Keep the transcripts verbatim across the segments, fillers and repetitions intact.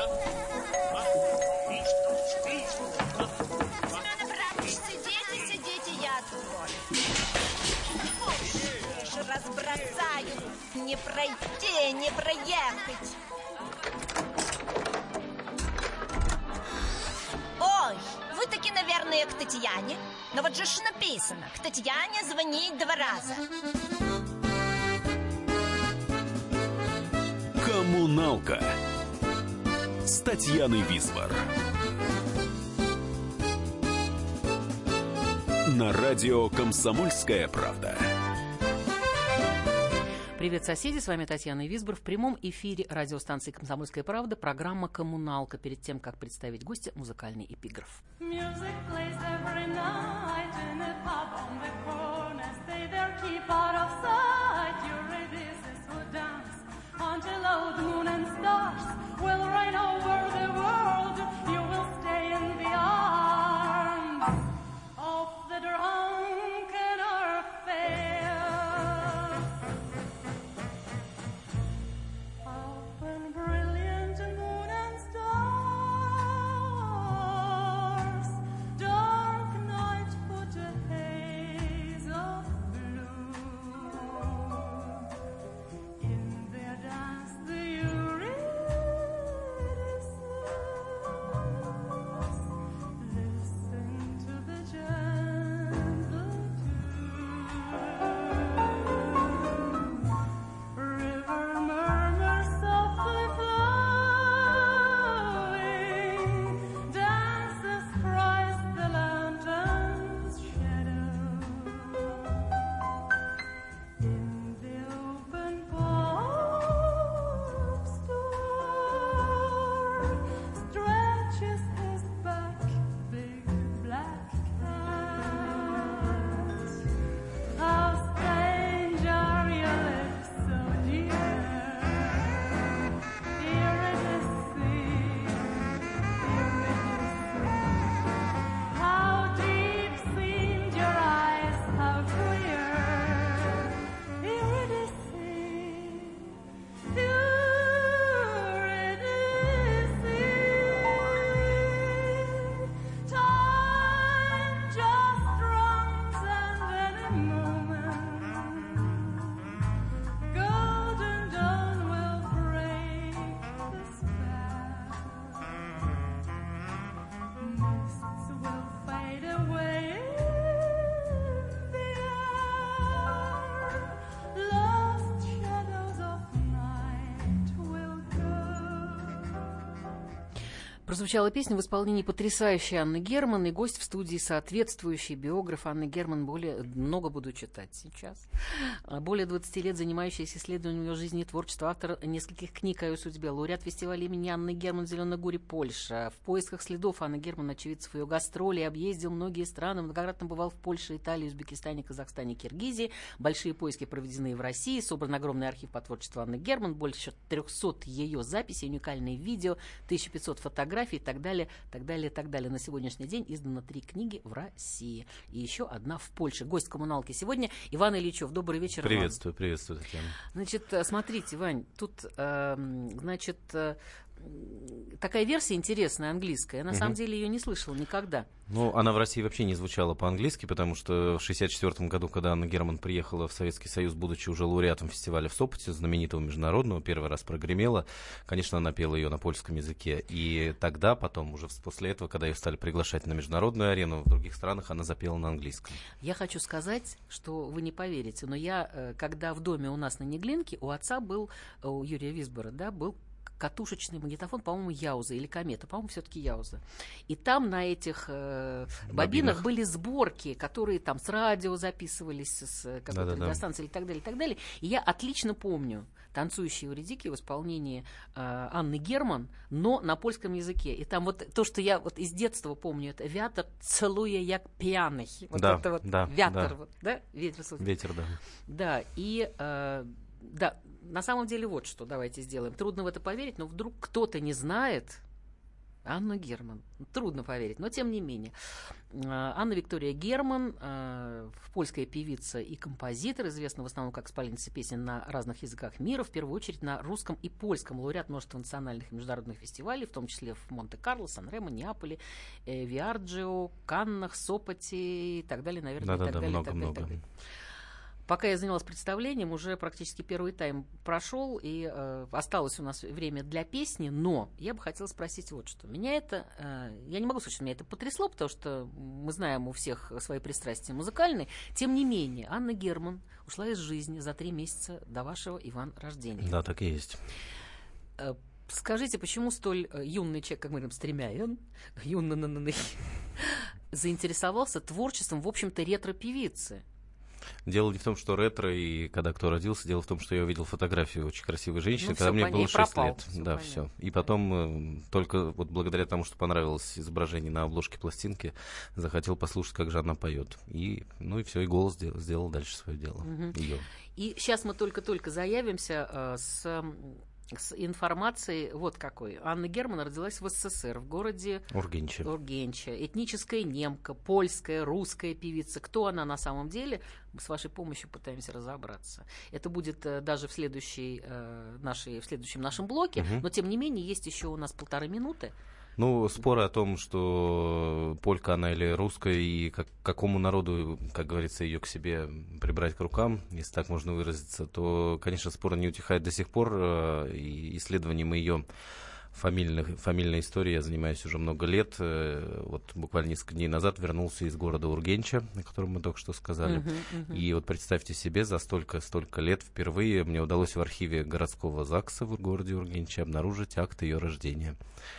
Сидите, сидите, я открою. Разбросаю. Не пройти, не проехать. Ой, вы таки, наверное, к Татьяне. Но вот же ж написано: к Татьяне звонить два раза. Коммуналка с Татьяной Висбор. На радио «Комсомольская правда». Привет, соседи, с вами Татьяна Висбор. В прямом эфире радиостанции «Комсомольская правда» программа «Коммуналка». Перед тем, как представить гостя, музыкальный эпиграф. Прозвучала песня в исполнении потрясающей Анны Герман, и гость в студии соответствующий, биограф Анны Герман. Более, много буду читать сейчас. Более двадцати лет занимающийся исследованием ее жизни и творчества, автор нескольких книг о ее судьбе, лауреат фестиваля имени Анны Герман в Зеленогоре, Польша. В поисках следов Анны Герман, очевидцев ее гастролей, объездил многие страны, многократно бывал в Польше, Италии, Узбекистане, Казахстане, Киргизии. Большие поиски проведены в России, собран огромный архив по творчеству Анны Герман, больше трехсот ее записей, уникальные видео, тысяча пятьсот фотографий и так далее, так далее, так далее. На сегодняшний день издано три книги в России и еще одна в Польше. Гость коммуналки сегодня Иван Ильичев. Добрый вечер, Иван. Приветствую, приветствую, Татьяна. Значит, смотрите, Вань, тут, э, значит, э, такая версия интересная, английская. Я на угу. самом деле ее не слышала никогда. Ну, она в России вообще не звучала по-английски, потому что в шестьдесят четвёртом году, когда Анна Герман приехала в Советский Союз, будучи уже лауреатом фестиваля в Сопоте, знаменитого международного, первый раз прогремела, конечно, она пела ее на польском языке. И тогда, потом, уже после этого, когда ее стали приглашать на международную арену в других странах, она запела на английском. Я хочу сказать, что вы не поверите, но я, когда в доме у нас на Неглинке, у отца был, у Юрия Висбора, да, был катушечный магнитофон, по-моему, Яуза или Комета, по-моему, все-таки Яуза. И там на этих э, бобинах. бобинах были сборки, которые там с радио записывались, с какой-то радиостанции и так далее, и так далее. И я отлично помню «Танцующие Эвридики» в исполнении э, Анны Герман, но на польском языке. И там вот то, что я вот из детства помню, это «Вятер целуя як пьяный». Вот да, это вот да, «Вятер», да. Вот, да? Ветер, Ветер, да. Да, и... Э, Да, на самом деле вот что давайте сделаем. Трудно в это поверить, но вдруг кто-то не знает, Анна Герман. Трудно поверить, но тем не менее. Анна Виктория Герман, польская певица и композитор, известна в основном как исполнительница песен на разных языках мира, в первую очередь на русском и польском, лауреат множества национальных и международных фестивалей, в том числе в Монте-Карло, Сан-Ремо, Неаполе, Виарджио, Каннах, Сопоте и так далее, наверное, да, и так да, далее. много, так далее, много. так далее. Пока я занялась представлением, уже практически первый тайм прошел, и э, осталось у нас время для песни, но я бы хотела спросить вот что. Меня это, э, я не могу сказать, что меня это потрясло, потому что мы знаем у всех свои пристрастия музыкальные. Тем не менее, Анна Герман ушла из жизни за три месяца до вашего, Иван, рождения. Да, так и есть. Э, скажите, почему столь э, юный человек, как мы говорим, стремяен, юный, заинтересовался творчеством, в общем-то, ретро-певицы? Дело не в том, что ретро, и когда кто родился, дело в том, что я увидел фотографию очень красивой женщины, ну, когда мне было шесть лет. Всё да, понятно. все. И потом, э, только вот благодаря тому, что понравилось изображение на обложке пластинки, захотел послушать, как же она поет. И, ну и все, и голос сделал, сделал дальше свое дело. Угу. Ее. И сейчас мы только-только заявимся э, с... с информацией вот какой. Анна Герман родилась в СССР, в городе Ургенче. Ургенче. Этническая немка, польская, русская певица. Кто она на самом деле? Мы с вашей помощью пытаемся разобраться. Это будет э, даже в, следующей, э, нашей, в следующем нашем блоке, Угу. но тем не менее есть еще у нас полторы минуты. Ну, споры о том, что полька она или русская, и как, какому народу, как говорится, ее к себе прибрать к рукам, если так можно выразиться, то, конечно, спор не утихает до сих пор. И исследованием ее фамильных, фамильной истории я занимаюсь уже много лет. Вот буквально несколько дней назад вернулся из города Ургенча, о котором мы только что сказали. Uh-huh, uh-huh. И вот представьте себе, за столько-столько лет впервые мне удалось в архиве городского ЗАГСа в городе Ургенче обнаружить акт ее рождения.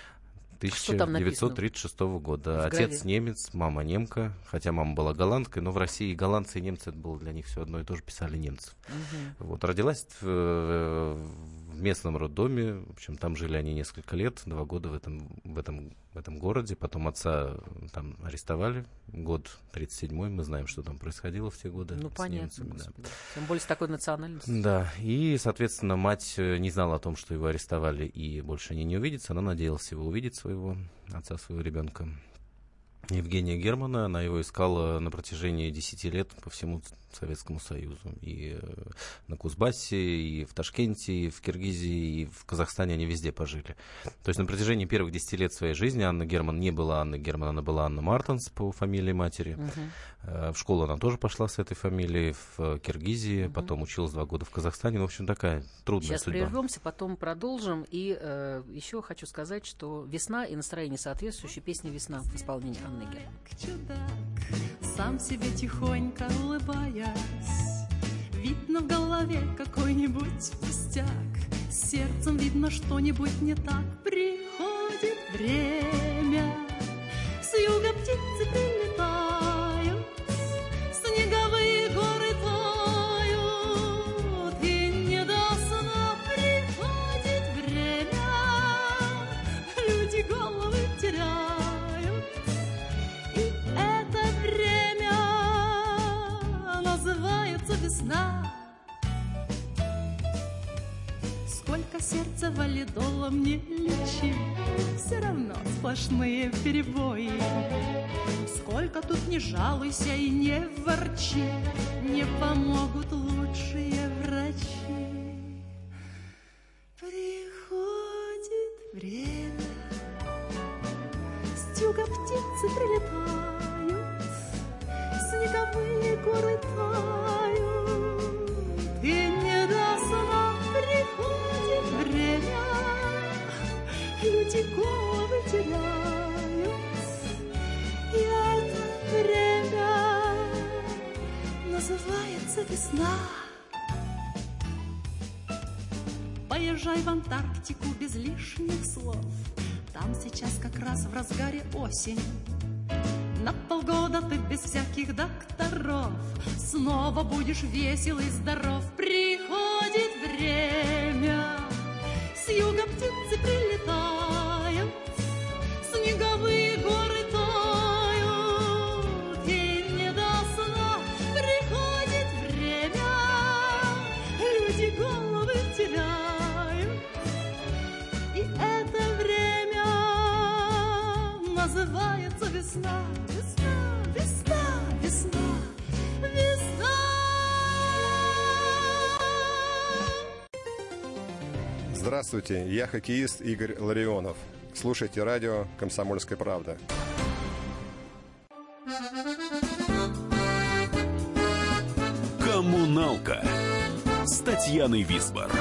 тысяча девятьсот тридцать шестого года. Отец немец, мама немка, хотя мама была голландкой, но в России голландцы и немцы, это было для них все одно и то же, писали немцев. Угу. Вот, родилась в, в местном роддоме, в общем, там жили они несколько лет, два года в этом, в этом, в этом городе, потом отца там арестовали, год тридцать седьмой, мы знаем, что там происходило в те годы. Ну, с понятно, немцами, да. Тем более с такой национальностью. Да, и, соответственно, мать не знала о том, что его арестовали и больше они не увидятся, она надеялась его увидеть, своего отца, своего ребенка. Евгения Германа, она его искала на протяжении десяти лет по всему Советскому Союзу. И на Кузбассе, и в Ташкенте, и в Киргизии, и в Казахстане они везде пожили. То есть на протяжении первых десяти лет своей жизни Анна Герман не была Анной Герман, она была Анна Мартенс по фамилии матери. Uh-huh. В школу она тоже пошла с этой фамилией в Киргизии, uh-huh. потом училась два года в Казахстане. В общем, такая трудная Сейчас судьба. Сейчас прервемся, потом продолжим. И э, еще хочу сказать, что весна и настроение соответствующие. Песня «Весна» в исполнении Анны Герман. Чудак, сам себе тихонько улыбаясь, видно в голове какой-нибудь пустяк, с сердцем видно что-нибудь не так. Приходит время, с юга птицы прилетают, снеговые горы тают, и не до сна приходит время, люди головы теряют, и это время называется весна. Сколько сердца валидолом не лечи, все равно сплошные перебои. Сколько тут не жалуйся и не ворчи, не помогут лучшие врачи. Приходит время, с юга птицы прилетают, снеговые горы тают, и не до сна приходит время, люди головы теряют, и это время называется весна. Поезжай в Антарктику без лишних слов, там сейчас как раз в разгаре осень. На полгода ты без всяких докторов снова будешь весел и здоров. Приходит время, с юга птицы прилетают, снеговые горы тают, и не до сна приходит время, люди головы теряют, и это время называется весна, весна, весна, весна, весна. Здравствуйте, я хоккеист Игорь Ларионов. Слушайте радио «Комсомольская правда». Коммуналка с Татьяной Висбор.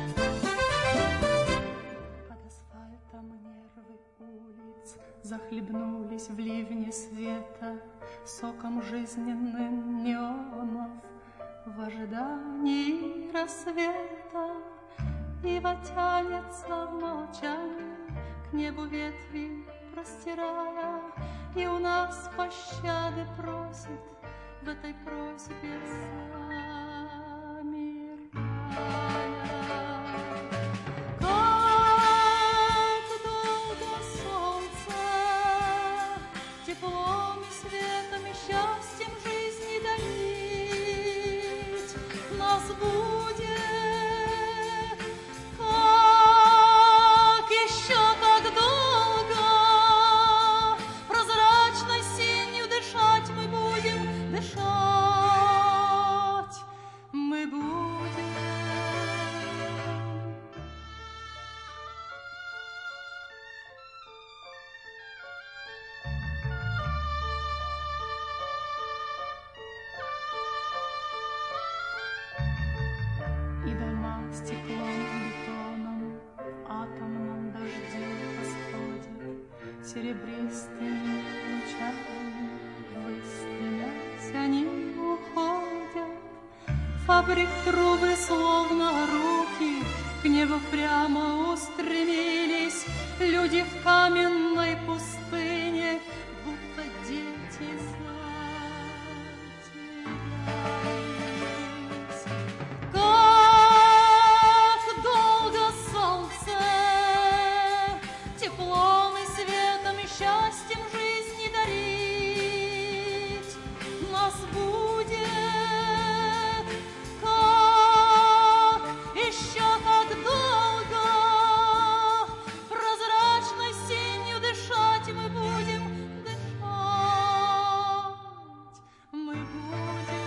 Под асфальтом нервы улиц захлебнулись в ливне света, соком жизненным неонов в ожидании рассвета. Ива тянется в молчании к небу ветви простирая, и у нас пощады просит в этой просьбе замирая. Как долго солнце теплом и светом и счастьем жизни дарить нас будет. Серебристыми лучами выстрелясь они уходят. Фабрик трубы словно руки к небу прямо устремились. Люди в каменной пустыне, будто дети затерялись. Как долго солнце теплом и светом и счастьем жизни дарить нас будет, как еще так долго прозрачной синью дышать мы будем, дышать мы будем.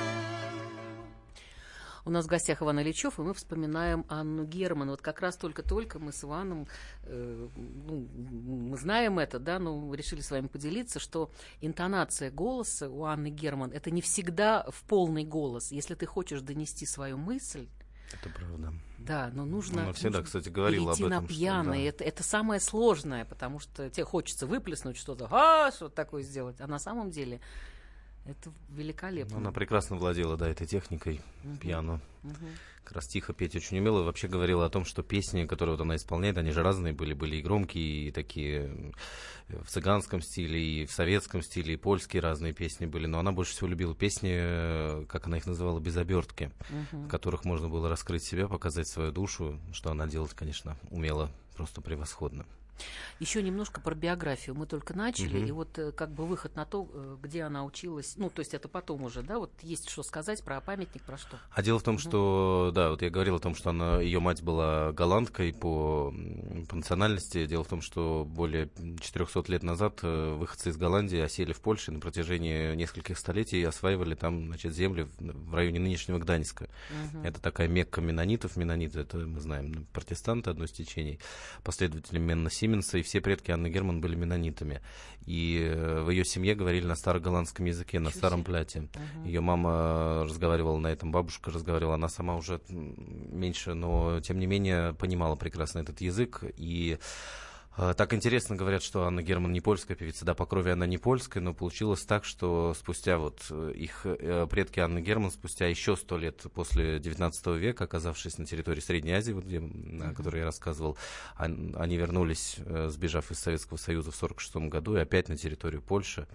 У нас в гостях Иван Ильичев, и мы вспоминаем Анну Герман. Вот как раз только-только мы с Иваном, э, ну, мы знаем это, да, но решили с вами поделиться, что интонация голоса у Анны Герман — это не всегда в полный голос. Если ты хочешь донести свою мысль... Это правда. Да, но нужно, Она всегда, нужно кстати, говорила перейти об этом, на пьяный. что, да. это, это самое сложное, потому что тебе хочется выплеснуть что-то, а, что-то такое сделать, а на самом деле... Это великолепно. Она прекрасно владела, да, этой техникой, uh-huh. пиано. Uh-huh. Как раз тихо петь очень умела. Вообще говорила о том, что песни, которые вот она исполняет, они же разные были. Были и громкие, и такие в цыганском стиле, и в советском стиле, и польские разные песни были. Но она больше всего любила песни, как она их называла, без обертки, uh-huh. в которых можно было раскрыть себя, показать свою душу, что она делать, конечно, умела просто превосходно. Еще немножко про биографию. Мы только начали, угу. и вот как бы выход на то, где она училась. Ну, то есть это потом уже, да? Вот есть что сказать про памятник, про что? А дело в том, угу. что, да, вот я говорил о том, что она, ее мать была голландкой по, по национальности. Дело в том, что более четырехсот лет назад выходцы из Голландии осели в Польше на протяжении нескольких столетий и осваивали там, значит, земли в районе нынешнего Гданьска. Угу. Это такая Мекка меннонитов. Меннониты, это мы знаем, протестанты, одно из течений, последователи Менна Сименса, и все предки Анны Герман были меннонитами. И в ее семье говорили на староголландском языке, на старом пляте. Uh-huh. Ее мама разговаривала на этом, бабушка разговаривала, она сама уже меньше, но тем не менее понимала прекрасно этот язык. И так интересно говорят, что Анна Герман не польская певица, да, по крови она не польская, но получилось так, что спустя вот их предки Анны Герман, спустя еще сто лет после девятнадцатого века, оказавшись на территории Средней Азии, вот где, uh-huh. о которой я рассказывал, они вернулись, сбежав из Советского Союза в сорок шестом году, и опять на территорию Польши.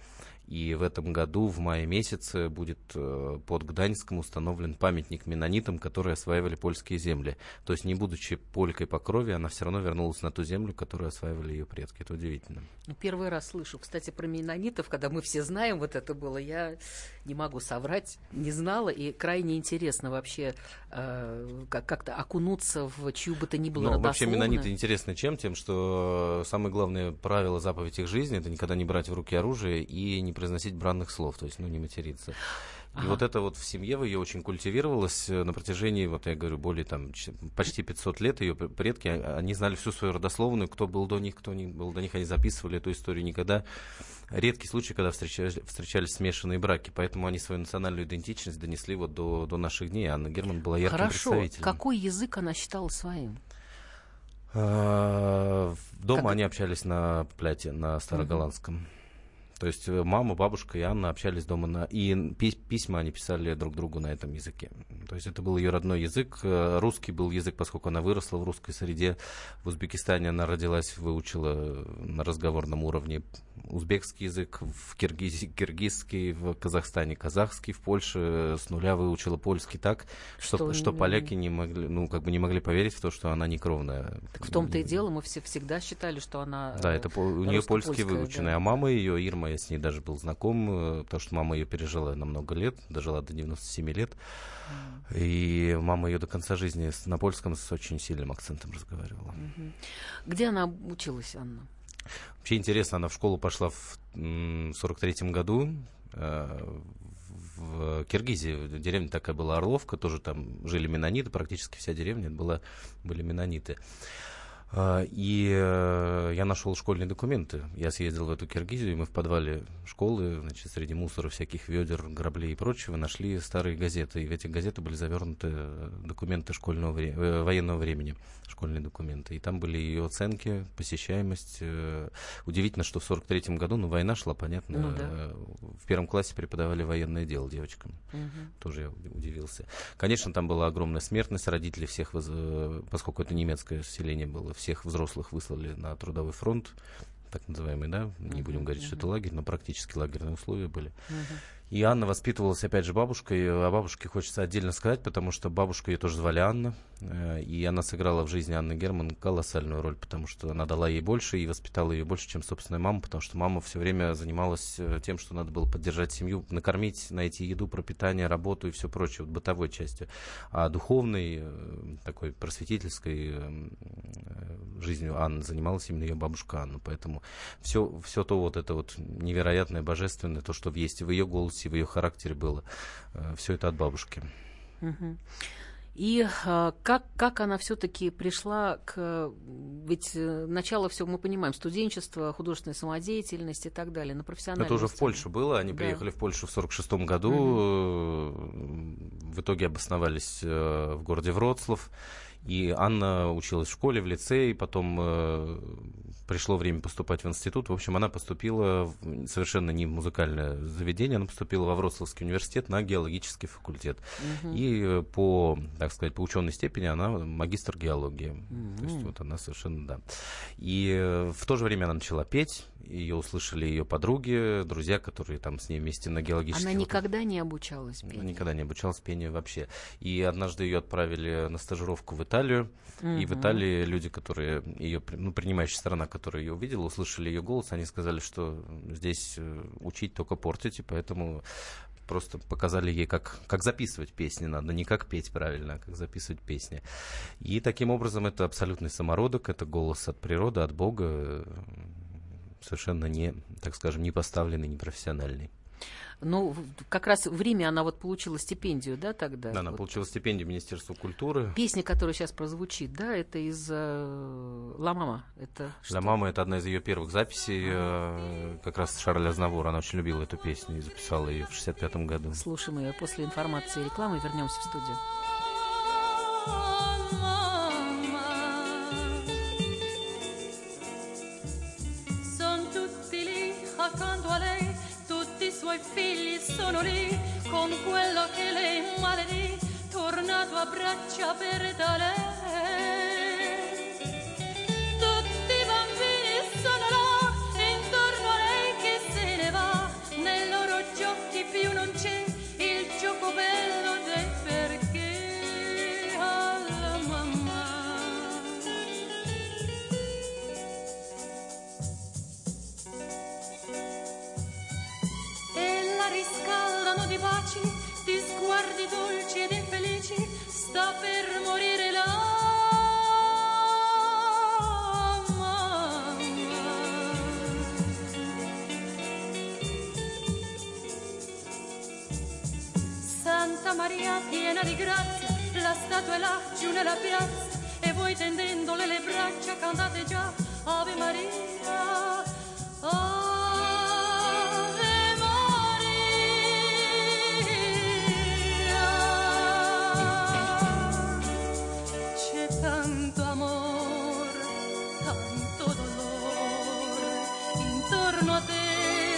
И в этом году, в мае месяце, будет э, под Гданьском установлен памятник меннонитам, которые осваивали польские земли. То есть, не будучи полькой по крови, она все равно вернулась на ту землю, которую осваивали ее предки. Это удивительно. Первый раз слышу, кстати, про меннонитов, когда мы все знаем, вот это было, я не могу соврать, не знала, и крайне интересно вообще э, как- как-то окунуться в чью бы то ни было Ну, родословную. вообще меннониты интересны чем? Тем, что самое главное правило, заповедь их жизни — это никогда не брать в руки оружие и не произносить бранных слов, то есть, ну, не материться. И Ага. вот это вот в семье в ее очень культивировалось э, на протяжении, вот я говорю, более там ч- почти пятьсот лет. Ее пр- предки, а- они знали всю свою родословную, кто был до них, кто не был до них, они записывали эту историю. Никогда, редкий случай, когда встречались, встречались смешанные браки, поэтому они свою национальную идентичность донесли вот до, до наших дней. Анна Герман была ярким Хорошо, представителем. какой язык она считала своим? А, Дома Как- они общались на пляте, на староголландском. То есть э, мама, бабушка и Анна общались дома на... И пи- письма они писали друг другу на этом языке. То есть это был ее родной язык. Э, Русский был язык, поскольку она выросла в русской среде. В Узбекистане она родилась, выучила на разговорном уровне узбекский язык, в Киргизии киргизский, в Казахстане казахский, в Польше с нуля выучила польский так, что, Что, что м, поляки не могли, ну, как бы не могли поверить в то, что она не кровная. Так в том-то и дело, мы все всегда считали, что она... Да, э, это по- у нее польский русско-польская, выученный. да. А мама ее, Ирма, я с ней даже был знаком, э, потому что мама ее пережила на много лет, дожила до девяноста семи лет. И мама ее до конца жизни с- на польском с очень сильным акцентом разговаривала. Мгм. Где она училась, Анна? Вообще интересно, она в школу пошла в м, сорок третьем году. э, В Киргизии деревня такая была Орловка, тоже там жили меннониты, практически вся деревня была, были меннониты. А, И э, я нашел школьные документы. Я съездил в эту Киргизию, и мы в подвале школы, значит, среди мусора, всяких ведер, граблей и прочего, нашли старые газеты. И в эти газеты были завернуты документы школьного вре- э, военного времени, школьные документы. И там были ее оценки, посещаемость. Э, Удивительно, что в сорок третьем году, ну, война шла, понятно. Ну да. э, В первом классе преподавали военное дело девочкам. Мгм. Тоже я уди- удивился. Конечно, там была огромная смертность. Родители всех, воз- э, поскольку это немецкое селение было, всех взрослых выслали на трудовой фронт, так называемый, да, не будем говорить, что это лагерь, но практически лагерные условия были. И Анна воспитывалась, опять же, бабушкой. О бабушке хочется отдельно сказать, потому что бабушку ее тоже звали Анна, э, и она сыграла в жизни Анны Герман колоссальную роль, потому что она дала ей больше и воспитала ее больше, чем собственная мама, потому что мама все время занималась э, тем, что надо было поддержать семью, накормить, найти еду, пропитание, работу и все прочее, вот бытовой частью. А духовной, э, такой просветительской э, э, жизнью Анны занималась именно ее бабушка Анна, поэтому все, все то вот это вот невероятное, божественное, то, что есть в ее голосе, в ее характере было, все это от бабушки. Мгм. И а, как, как она все-таки пришла к... Ведь э, начало все мы понимаем, студенчество, художественная самодеятельность и так далее, на профессиональном Это уже в сцене. Польше было. Они Да. приехали в Польшу в сорок шестом году. В итоге обосновались э, в городе Вроцлав. И Анна училась в школе, в лицее, потом э, пришло время поступать в институт. В общем, она поступила в, совершенно не в музыкальное заведение, она поступила во Вроцлавский университет на геологический факультет. И э, по, так сказать, по ученой степени она магистр геологии. То есть вот она совершенно, да. И э, в то же время она начала петь. Ее услышали ее подруги, друзья, которые там с ней вместе на геологический Она факультет. никогда не обучалась Она пению? никогда не обучалась пению вообще. И однажды ее отправили на стажировку в Италию. И в Мгм. Италии люди, которые ее, при- ну, принимающая сторона, которая ее увидела, услышали ее голос, они сказали, что здесь э, учить только портить, и поэтому просто показали ей, как, как записывать песни надо, не как петь правильно, а как записывать песни. И таким образом это абсолютный самородок, это голос от природы, от Бога, э, совершенно не, так скажем, не поставленный, не профессиональный. Ну, в- как раз в Риме она вот получила стипендию, да, тогда? Да, она Вот. получила стипендию Министерства культуры. Песня, которая сейчас прозвучит, да, это из э, «Ла Мама». Это «Ла что? Мама» — это одна из ее первых записей, э, как раз Шарль Азнавур. Она очень любила эту песню и записала ее в шестьдесят пятом году. Слушаем ее после информации и рекламы, вернемся в студию. Son tutti lì accanto a lei, tutti i suoi figli sono lì, con quello che lei maledì, tornato a braccia aperte a lei. Tutti i bambini sono là, intorno a lei che se ne va, nel Santa Maria piena di grazia, la statua è là giù nella piazza e voi tendendole le braccia cantate già Ave Maria, Ave Maria. C'è tanto amor, tanto dolore intorno a te.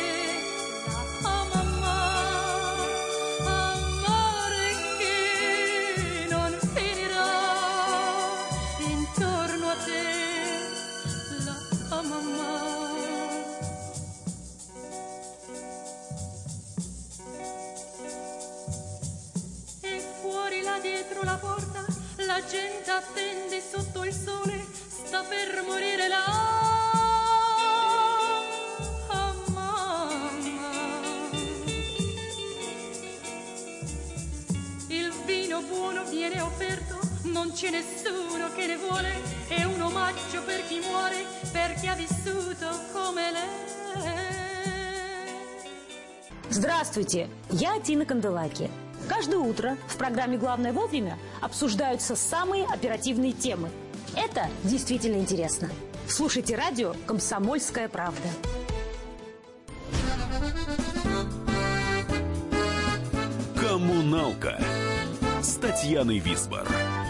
La porta, la gente attende sotto il sole, sta per morire la mamma. Il vino buono viene offerto, non c'è nessuno che ne vuole, è un omaggio per chi muore, per chi ha vissuto come lei. Здравствуйте, я Тина Канделаки. Каждое утро в программе «Главное вовремя» обсуждаются самые оперативные темы. Это действительно интересно. Слушайте радио «Комсомольская правда». «Коммуналка» с Татьяной Висбор.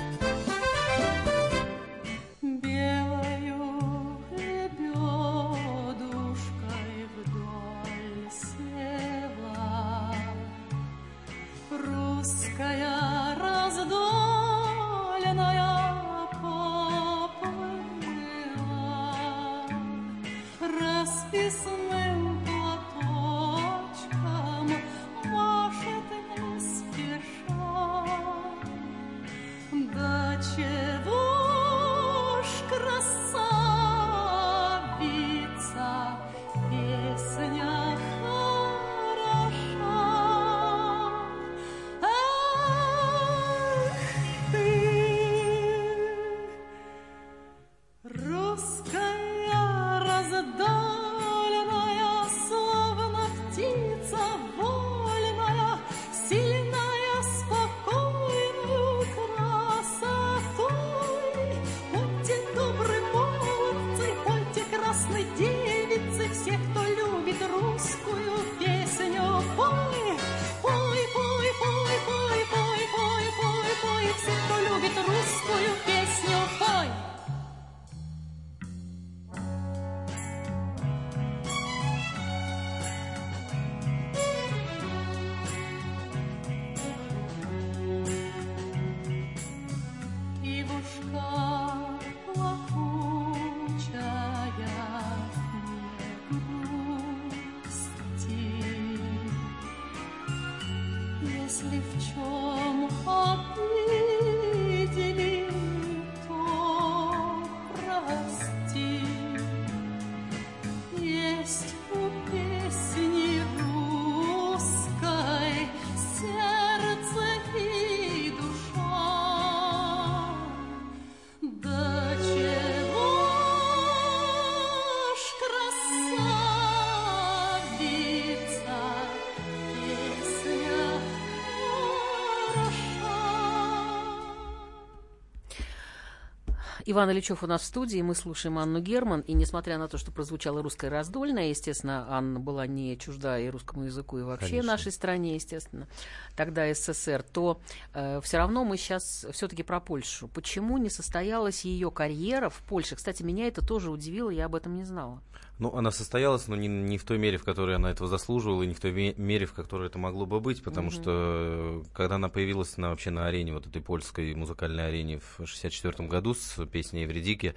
Иван Ильичев у нас в студии, мы слушаем Анну Герман, и несмотря на то, что прозвучала русская раздольная, естественно, Анна была не чужда и русскому языку, и вообще Конечно. Нашей стране, естественно, тогда СССР, то э, все равно мы сейчас все-таки про Польшу. Почему не состоялась ее карьера в Польше? Кстати, меня это тоже удивило, я об этом не знала. Ну, она состоялась, но не, не в той мере, в которой она этого заслуживала, и не в той мере, в которой это могло бы быть, потому mm-hmm. что когда она появилась на, вообще на арене, вот этой польской музыкальной арене в шестьдесят четвёртом году с песней «Эвредики»,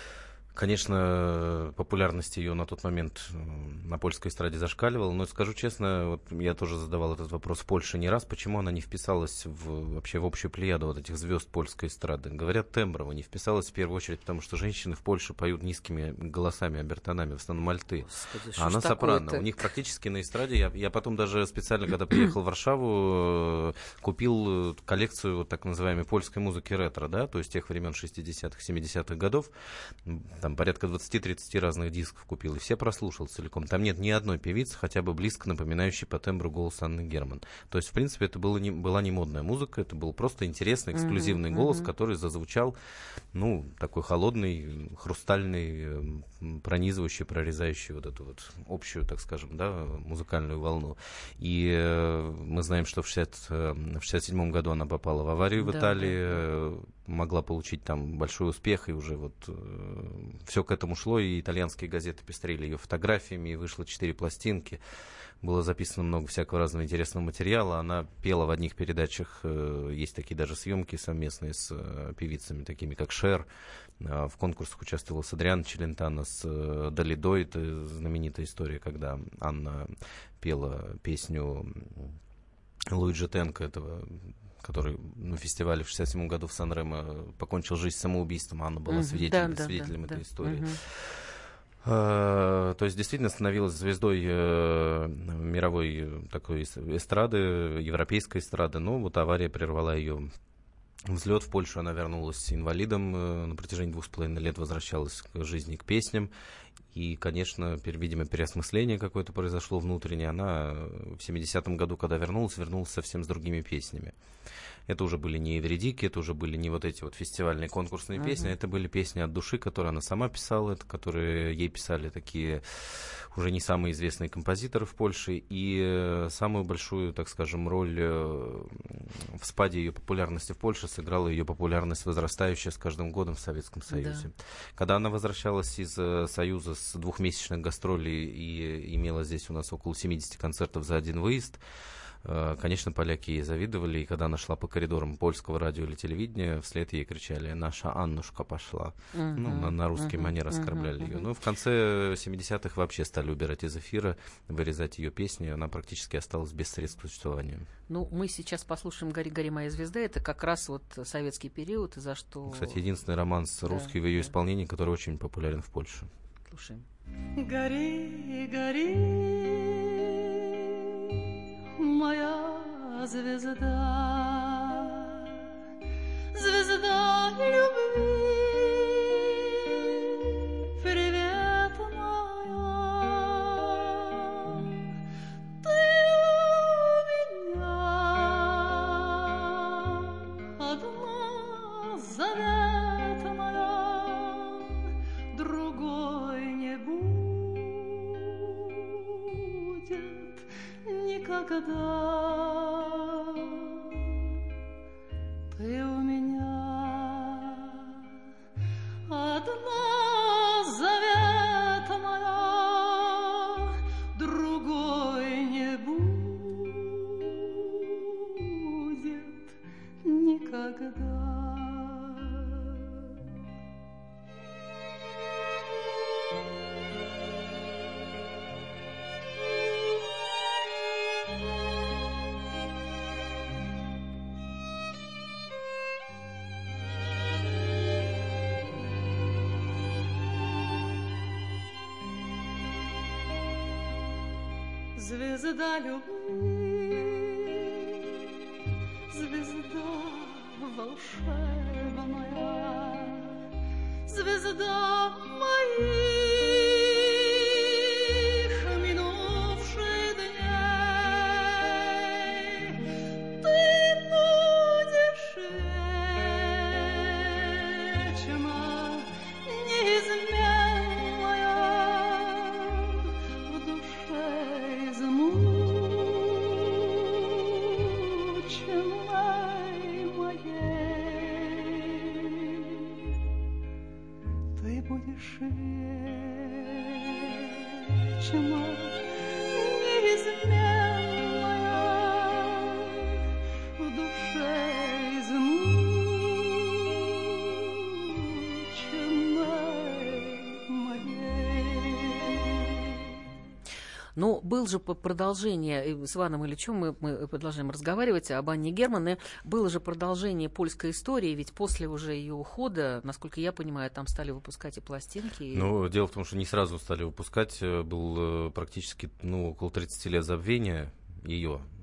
конечно, популярность ее на тот момент на польской эстраде зашкаливала, но скажу честно, вот я тоже задавал этот вопрос в Польше не раз, почему она не вписалась в, вообще в общую плеяду вот этих звезд польской эстрады. Говорят, темброво не вписалась в первую очередь, потому что женщины в Польше поют низкими голосами, обертонами, в основном альты. Господи, а она сопрано. У них практически на эстраде, я, я потом даже специально, когда приехал в Варшаву, купил коллекцию вот так называемой польской музыки ретро, да, то есть тех времен шестидесятых, семидесятых годов. там порядка двадцать-тридцать разных дисков купил, и все прослушал целиком. Там нет ни одной певицы, хотя бы близко напоминающей по тембру голос Анны Герман. То есть, в принципе, это было не, была не модная музыка, это был просто интересный, эксклюзивный mm-hmm. голос, mm-hmm. который зазвучал, ну, такой холодный, хрустальный, пронизывающий, прорезающий вот эту вот общую, так скажем, да, музыкальную волну. И э, мы знаем, что в, шестьдесят, в шестьдесят седьмом году она попала в аварию в да, Италии, да, да. могла получить там большой успех, и уже вот э, все к этому шло, и итальянские газеты пестрили ее фотографиями, и вышло четыре пластинки. Было записано много всякого разного интересного материала. Она пела в одних передачах, э, есть такие даже съемки совместные с э, певицами, такими как Шер. Э, в конкурсах участвовала с Адриано Челентано, с э, Далидой. Это знаменитая история, когда Анна пела песню Луиджи Тенко, этого, который на фестивале в шестьдесят седьмом году в Сан-Ремо покончил жизнь самоубийством. Анна была свидетелем, да, да, свидетелем да, этой да. истории. Угу. Uh, то есть действительно становилась звездой uh, мировой такой эстрады, европейской эстрады, но вот авария прервала ее взлет. В Польшу она вернулась инвалидом, uh, на протяжении двух с половиной лет возвращалась к жизни, к песням. И, конечно, видимо, переосмысление какое-то произошло внутреннее. Она в семидесятом году, когда вернулась, вернулась совсем с другими песнями. Это уже были не Эвридики, это уже были не вот эти вот фестивальные конкурсные uh-huh. песни, это были песни от души, которые она сама писала, это, которые ей писали такие уже не самые известные композиторы в Польше. И самую большую, так скажем, роль в спаде ее популярности в Польше сыграла ее популярность, возрастающая с каждым годом в Советском Союзе. Да. Когда она возвращалась из Союза с двухмесячных гастролей и имела здесь у нас около семидесяти концертов за один выезд, конечно, поляки ей завидовали, и когда она шла по коридорам польского радио или телевидения, вслед ей кричали: «Наша Аннушка пошла». Uh-huh, ну, на, на русский uh-huh, манер оскорбляли uh-huh, ее. Uh-huh. Ну, в конце семидесятых вообще стали убирать из эфира, вырезать ее песни, она практически осталась без средств к существованию. Ну, мы сейчас послушаем «Гори, гори, моя звезда», это как раз вот советский период, за что... Кстати, единственный романс да, русский в ее да. исполнении, который очень популярен в Польше. Слушаем. Гори, гори, моя звезда, звезда любви, привет моя, ты у меня одна, завет моя, другой не будет никогда. Ты у меня одна, завет моя, другой не будет никогда. Звезда любви, звезда волшебная, звезда моих минувших дней, ты будешь вечно неизменная в душе измученной моей. Ты будешь вечно неизменная в душе измученной моей. Но был же продолжение, с Иваном Ильичем мы, мы продолжаем разговаривать об Анне Герман, и было же продолжение польской истории, ведь после уже ее ухода, насколько я понимаю, там стали выпускать и пластинки. И... Ну, дело в том, что не сразу стали выпускать, был практически, ну, около тридцати лет забвения ее,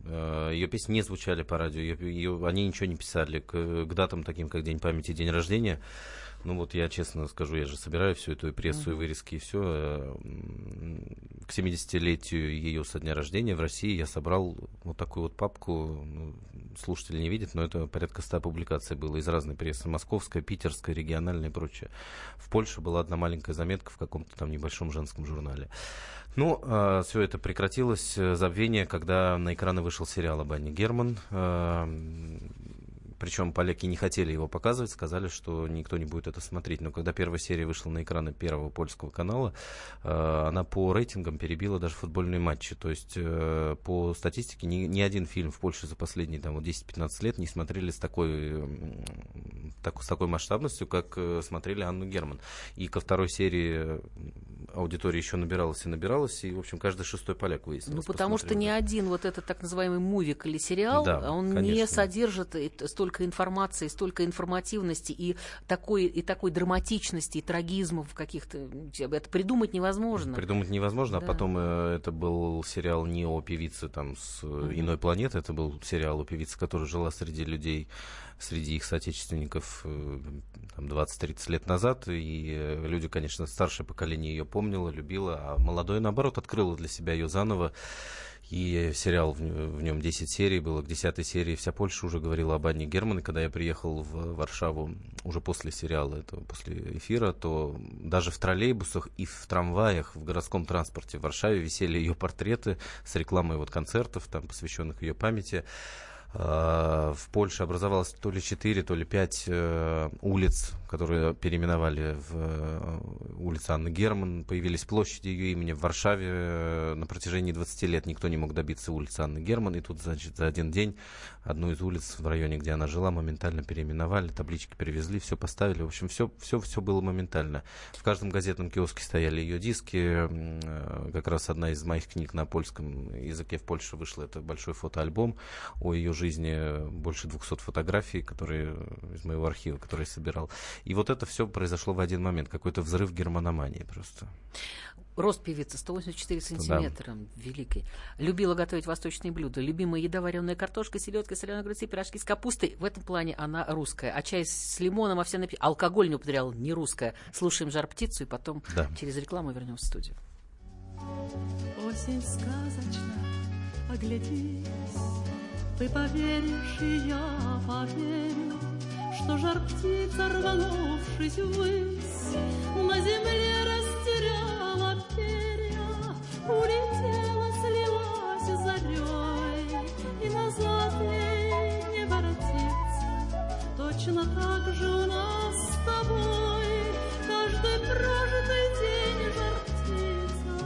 Ее песни не звучали по радио, ее, ее, они ничего не писали к, к датам таким, как День памяти, день рождения. Ну вот я честно скажу, я же собираю всю эту и прессу, и вырезки, и все. К семидесятилетию ее со дня рождения в России я собрал вот такую вот папку. Ну, слушатели не видят, но это порядка ста публикаций было из разной прессы. Московская, питерская, региональная и прочее. В Польше была одна маленькая заметка в каком-то там небольшом женском журнале. Ну, э, все это прекратилось, э, забвение, когда на экраны вышел сериал об Анне Герман. Э, Причем поляки не хотели его показывать, сказали, что никто не будет это смотреть. Но когда первая серия вышла на экраны первого польского канала, э, она по рейтингам перебила даже футбольные матчи. То есть э, по статистике ни, ни один фильм в Польше за последние там, вот десять-пятнадцать лет не смотрели с такой, так, с такой масштабностью, как э, смотрели Анну Герман. И ко второй серии аудитория еще набиралась и набиралась, и, в общем, каждый шестой поляк выяснил. Ну, потому что ни один вот этот так называемый мувик или сериал, да, он конечно. не содержит столько информации, столько информативности и такой, и такой драматичности, и трагизмов каких-то. Это придумать невозможно. Придумать невозможно, да. А потом э, это был сериал не о певице там, с mm-hmm. иной планеты, это был сериал о певице, которая жила среди людей, среди их соотечественников там, двадцать-тридцать лет назад, и люди, конечно, старшее поколение ее помнило, любило, а молодое, наоборот, открыло для себя ее заново, и сериал, в, в нем десять серий было, к десятой серии вся Польша уже говорила об Анне Герман, и когда я приехал в Варшаву уже после сериала, это после эфира, то даже в троллейбусах и в трамваях, в городском транспорте в Варшаве висели ее портреты с рекламой вот концертов, там, посвященных ее памяти. В Польше образовалось то ли четыре, то ли пять э, улиц, которые переименовали в э, улицу Анны Герман. Появились площади ее имени. В Варшаве э, на протяжении двадцати лет никто не мог добиться улицы Анны Герман. И тут, значит, за один день одну из улиц в районе, где она жила, моментально переименовали, таблички перевезли, все поставили. В общем, все, все, все было моментально. В каждом газетном киоске стояли ее диски. Э, как раз одна из моих книг на польском языке в Польше вышла. Это большой фотоальбом о ее жизни. жизни больше двухсот фотографий, которые из моего архива, которые я собирал. И вот это все произошло в один момент. Какой-то взрыв германомании просто. Рост певицы сто восемьдесят четыре сантиметра. Да. Великий. Любила готовить восточные блюда. Любимая еда — вареная картошка, селедка, соленые огурцы, пирожки с капустой. В этом плане она русская. А чай с лимоном, овсяный напиток. Алкоголь не употребляла, не русская. Слушаем «Жар-птицу» и потом да. через рекламу вернемся в студию. Осень сказочна, оглядись. Ты поверишь, и я поверю, что жар-птица, рванувшись ввысь, на земле растеряла перья, улетела, слилась зарей, и назад ей не воротиться. Точно так же у нас с тобой каждый прожитый день жар-птица.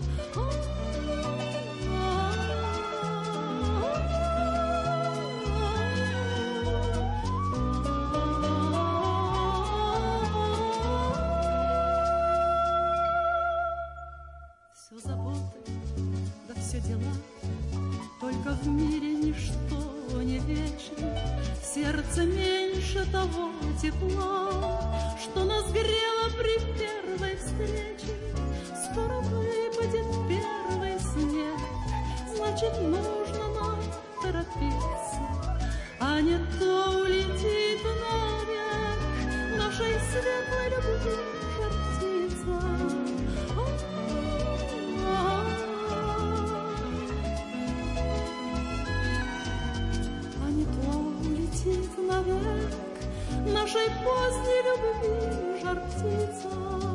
Только в мире ничто не вечно, сердце меньше того тепла, что нас грело при первой встрече. Скоро выпадет первый снег, значит, нужно нам торопиться, а не то улетит наверх нашей светлой любви жар-птица. Наверх нашей поздней любви жар-птица.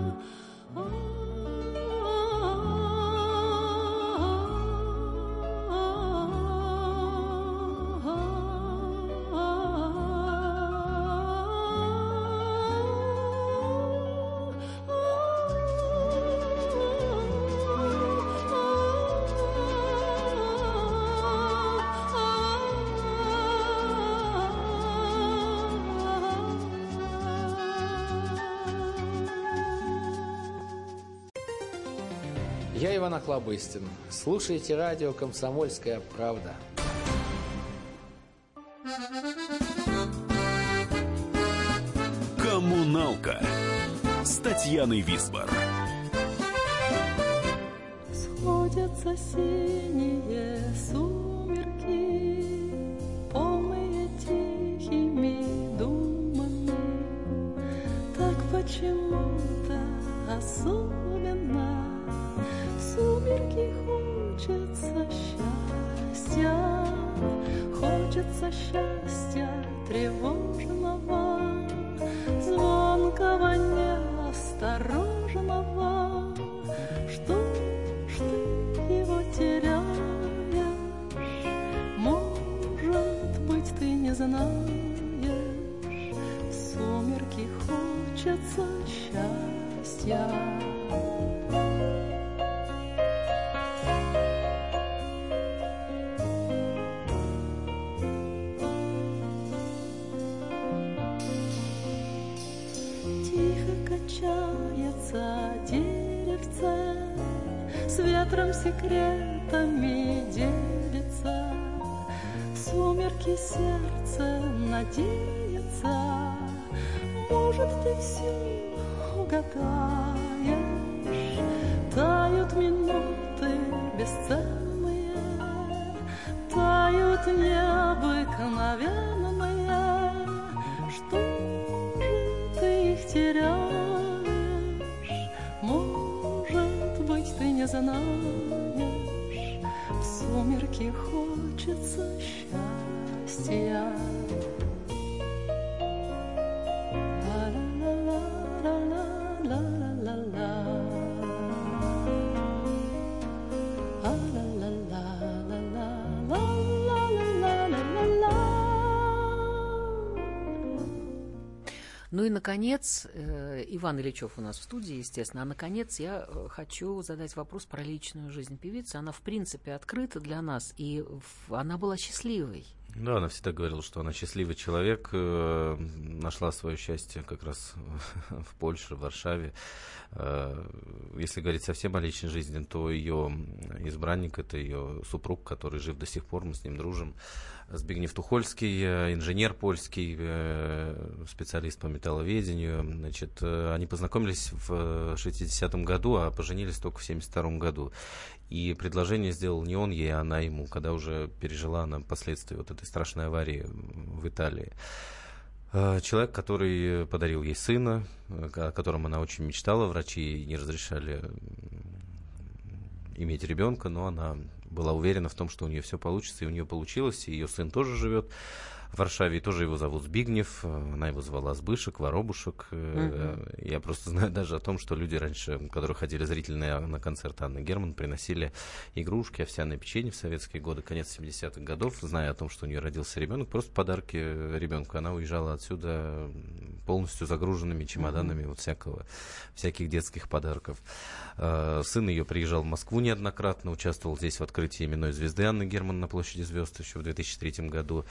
Я Иван Охлобыстин. Слушайте радио «Комсомольская правда». Коммуналка с Татьяной Висбор. Сходятся синие сумерки сумерки, полные тихими думами, так почему-то особенно в сумерки хочется счастья, хочется счастья тревожного, звонкого, неосторожного. Что ж ты его теряешь? Может быть, ты не знаешь, в сумерки хочется счастья. Качается деревце, с ветром секретами делится, в сумерки сердце надеется, может, ты все угадаешь. Тают минуты бесценные, тают необыкновенные. Что же ты их теряешь? Ты не знаешь, в сумерки хочется счастья. Ну и, наконец, э, Иван Ильичев у нас в студии, естественно. А, наконец, я э, хочу задать вопрос про личную жизнь певицы. Она, в принципе, открыта для нас, и в, она была счастливой. Да, она всегда говорила, что она счастливый человек, э, нашла свое счастье как раз в Польше, в Варшаве. Э, если говорить совсем о личной жизни, то ее избранник — это ее супруг, который жив до сих пор, мы с ним дружим. Збигнев Тухольский, инженер польский, специалист по металловедению. Значит, они познакомились в шестидесятом году, а поженились только в семьдесят втором году. И предложение сделал не он ей, а она ему, когда уже пережила она последствия вот этой страшной аварии в Италии. Человек, который подарил ей сына, о котором она очень мечтала, врачи не разрешали иметь ребенка, но она была уверена в том, что у нее все получится, и у нее получилось, и ее сын тоже живет в Варшаве, и тоже его зовут Збигнев, она его звала Збышек, Воробушек. Mm-hmm. Я просто знаю даже о том, что люди раньше, которые ходили зрительные на концерт Анны Герман, приносили игрушки, овсяное печенье в советские годы, конец семидесятых годов, зная о том, что у нее родился ребенок, просто подарки ребенку. Она уезжала отсюда полностью загруженными чемоданами mm-hmm. вот всякого, всяких детских подарков. Сын ее приезжал в Москву неоднократно, участвовал здесь в открытии именной звезды Анны Герман на площади звезд еще в две тысячи третьем году.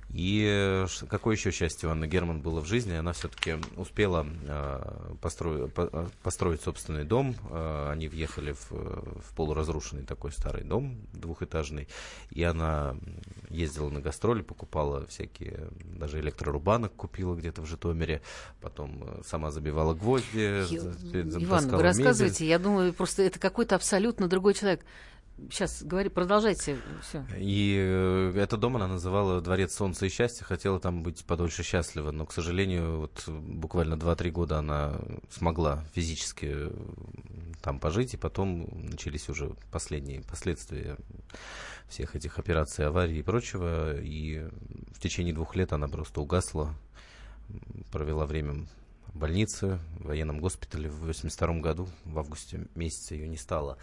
И какое еще счастье у Анны Герман было в жизни, она все-таки успела э, построить, по, построить собственный дом. Э, они въехали в, в полуразрушенный такой старый дом двухэтажный, и она ездила на гастроли, покупала всякие, даже электрорубанок купила где-то в Житомире, потом сама забивала гвозди. Иван, вы рассказываете, я думаю, просто это какой-то абсолютно другой человек. Сейчас, говори, продолжайте. Всё. И э, этот дом она называла «Дворец солнца и счастья», хотела там быть подольше счастлива, но, к сожалению, вот буквально два-три года она смогла физически там пожить, и потом начались уже последние последствия всех этих операций, аварий и прочего, и в течение двух лет она просто угасла, провела время в больнице, в военном госпитале. В восемьдесят втором году, в августе месяце, ее не стало.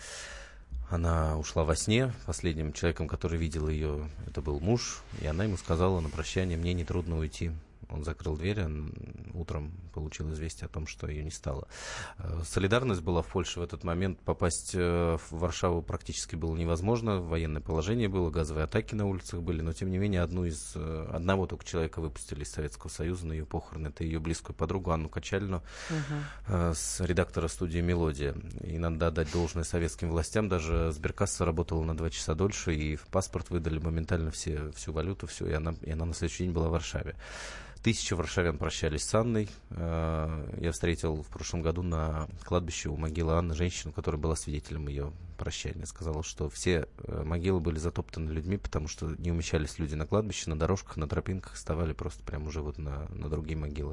Она ушла во сне. Последним человеком, который видел ее, это был муж. И она ему сказала на прощание: «Мне нетрудно уйти». Он закрыл дверь, он утром получил известие о том, что ее не стало. Солидарность была в Польше в этот момент. Попасть в Варшаву практически было невозможно. Военное положение было, газовые атаки на улицах были. Но, тем не менее, одну из, одного только человека выпустили из Советского Союза на ее похороны. Это ее близкую подругу Анну Качалину, uh-huh. с редактора студии «Мелодия». И надо отдать должное советским властям. Даже сберкасса работала на два часа дольше, и в паспорт выдали моментально все, всю валюту, все, и она, и она на следующий день была в Варшаве. Тысячи варшавян прощались с Анной. Я встретил в прошлом году на кладбище у могилы Анны женщину, которая была свидетелем ее прощания. Сказала, что все могилы были затоптаны людьми, потому что не умещались люди на кладбище, на дорожках, на тропинках, вставали просто прямо уже вот на, на другие могилы.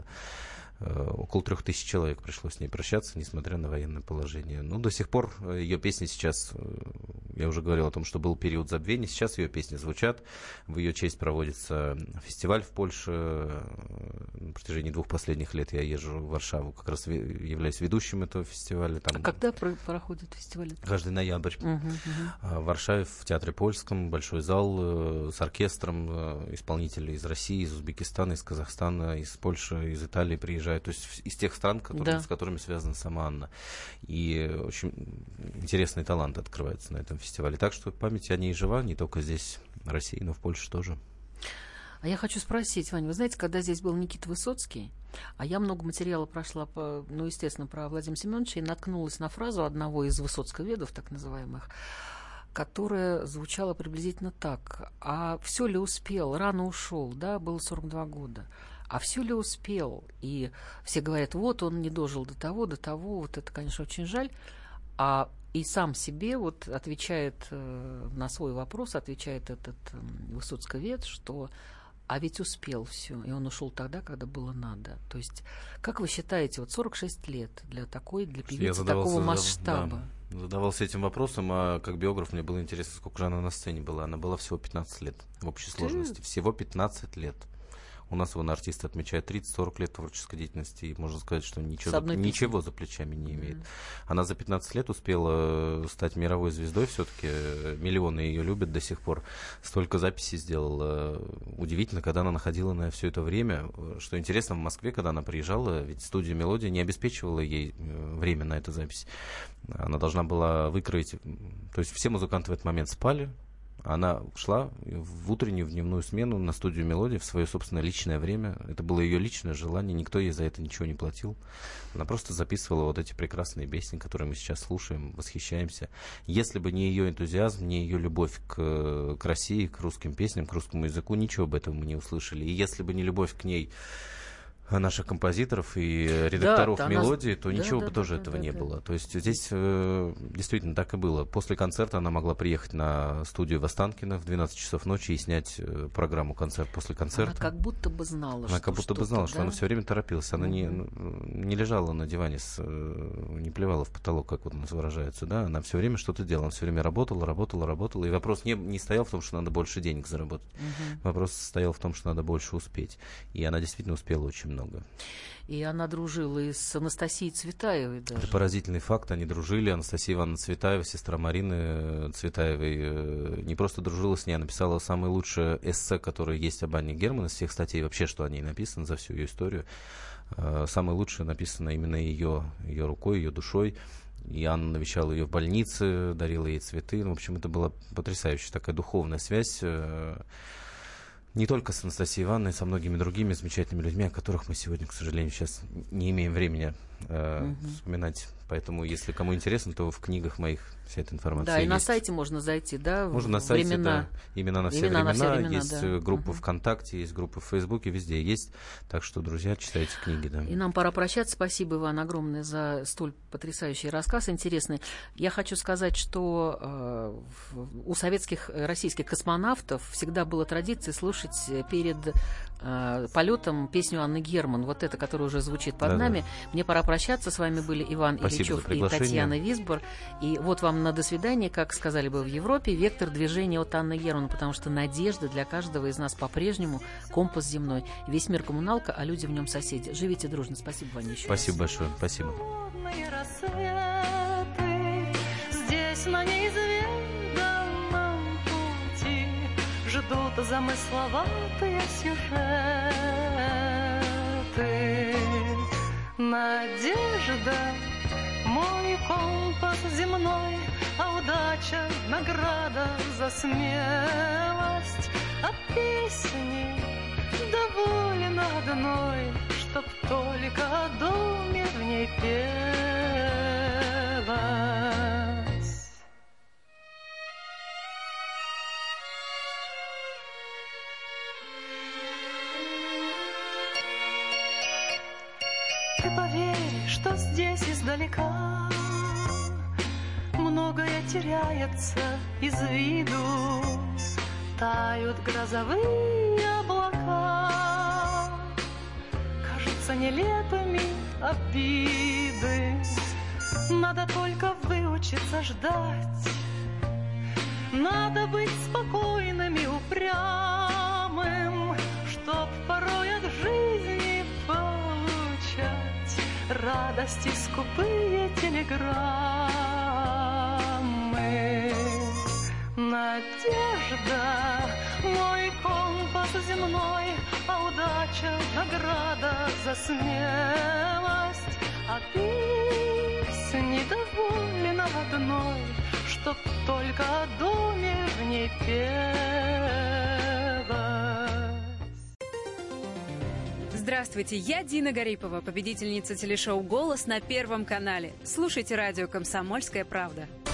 Около трех тысяч человек пришлось с ней прощаться, несмотря на военное положение. Ну, до сих пор ее песни сейчас, я уже говорил о том, что был период забвения, сейчас ее песни звучат, в ее честь проводится фестиваль в Польше. На протяжении двух последних лет я езжу в Варшаву, как раз являюсь ведущим этого фестиваля. Там а когда про- проходит фестиваль? Каждый ноябрь. Uh-huh, uh-huh. В Варшаве, в Театре Польском, большой зал с оркестром, исполнители из России, из Узбекистана, из Казахстана, из Польши, из Италии приезжают. То есть из тех стран, которые, да. с которыми связана сама Анна. И очень интересный талант открывается на этом фестивале. Так что память о ней жива, не только здесь, в России, но в Польше тоже. А я хочу спросить, Ваня, вы знаете, когда здесь был Никита Высоцкий, а я много материала прошла, по, ну, естественно, про Владимира Семеновича, и наткнулась на фразу одного из высоцковедов, так называемых, которая звучала приблизительно так. А все ли успел? Рано ушел, да, было сорок два года. А все ли успел? И все говорят, вот он не дожил до того, до того, вот это, конечно, очень жаль. А и сам себе вот отвечает э, на свой вопрос, отвечает этот э, высоцковед, что а ведь успел все, и он ушел тогда, когда было надо. То есть, как вы считаете, вот сорок шесть лет для такой, для певицы такого масштаба? Да, задавался этим вопросом, а как биограф мне было интересно, сколько же она на сцене была. Она была всего пятнадцать лет в общей сложности. Всего пятнадцать лет. У нас вон артисты отмечают тридцать-сорок лет творческой деятельности, и можно сказать, что ничего, за, ничего за плечами не имеет. Mm-hmm. Она за пятнадцать лет успела стать мировой звездой, все-таки миллионы ее любят до сих пор. Столько записей сделала. Удивительно, когда она находила на все это время. Что интересно, в Москве, когда она приезжала, ведь студия «Мелодия» не обеспечивала ей время на эту запись. Она должна была выкроить... То есть все музыканты в этот момент спали. Она шла в утреннюю, в дневную смену на студию «Мелодия» в свое собственное личное время. Это было ее личное желание, никто ей за это ничего не платил. Она просто записывала вот эти прекрасные песни, которые мы сейчас слушаем, восхищаемся. Если бы не ее энтузиазм, не ее любовь к, к России, к русским песням, к русскому языку, ничего бы этого мы не услышали. И если бы не любовь к ней наших композиторов и редакторов да, «Мелодии», она... то да, ничего да, бы да, тоже да, этого да, не да. было. То есть здесь э, действительно так и было. После концерта она могла приехать на студию в Останкино в двенадцать часов ночи и снять э, программу «Концерт после концерта». Она как будто бы знала, Она что как будто бы знала, да? что она все время торопилась. Она mm-hmm. не, не лежала на диване, с, не плевала в потолок, как вот у нас выражается. Да? Она все время что-то делала. Она все время работала, работала, работала. И вопрос не, не стоял в том, что надо больше денег заработать. Mm-hmm. Вопрос стоял в том, что надо больше успеть. И она действительно успела очень много. много. И она дружила и с Анастасией Цветаевой даже. Это поразительный факт. Они дружили. Анастасия Ивановна Цветаева, сестра Марины Цветаевой, не просто дружила с ней, а написала самое лучшее эссе, которое есть об Анне Герман, из всех статей вообще, что о ней написано за всю ее историю. Самое лучшее написано именно ее, ее рукой, ее душой. И Анна навещала ее в больнице, дарила ей цветы. В общем, это была потрясающая такая духовная связь. Не только с Анастасией Ивановной, со многими другими замечательными людьми, о которых мы сегодня, к сожалению, сейчас не имеем времени э, угу. вспоминать. Поэтому, если кому интересно, то в книгах моих вся эта информация да, есть. И на сайте можно зайти, да? Можно на сайте, времена. да. Имена на все имена времена. На все времена есть да. группа угу. ВКонтакте, есть группа в Фейсбуке, везде есть. Так что, друзья, читайте книги. Да. И нам пора прощаться. Спасибо, Иван, огромное за столь потрясающий рассказ, интересный. Я хочу сказать, что э, у советских, российских космонавтов всегда была традиция слушать перед э, полетом песню Анны Герман. Вот эта, которая уже звучит под да, нами. Да. Мне пора прощаться. С вами были Иван Спасибо Ильичев и Татьяна Висбор. И вот вам на до свидания, как сказали бы в Европе, вектор движения от Анны Герман, потому что надежда для каждого из нас по-прежнему компас земной. Весь мир коммуналка, а люди в нем соседи. Живите дружно. Спасибо, Ваня, еще Спасибо раз. большое. Спасибо. Здесь на неизведанном пути ждут замысловатые сюжеты. Надежда — мой компас земной, а удача — награда за смелость. А песни доволен одной, чтоб только о доме в ней пелось. издалека. Многое теряется из виду, тают грозовые облака, кажутся нелепыми обиды. Надо только выучиться ждать, надо быть спокойным и упрямым, чтоб порой от жизни получать радости скупые телеграммы. Надежда, мой компас земной, а удача — награда за смелость. А песни довольно одной, чтоб только о доме в ней пелось. Здравствуйте, я Дина Гарипова, победительница телешоу «Голос» на Первом канале. Слушайте радио «Комсомольская правда».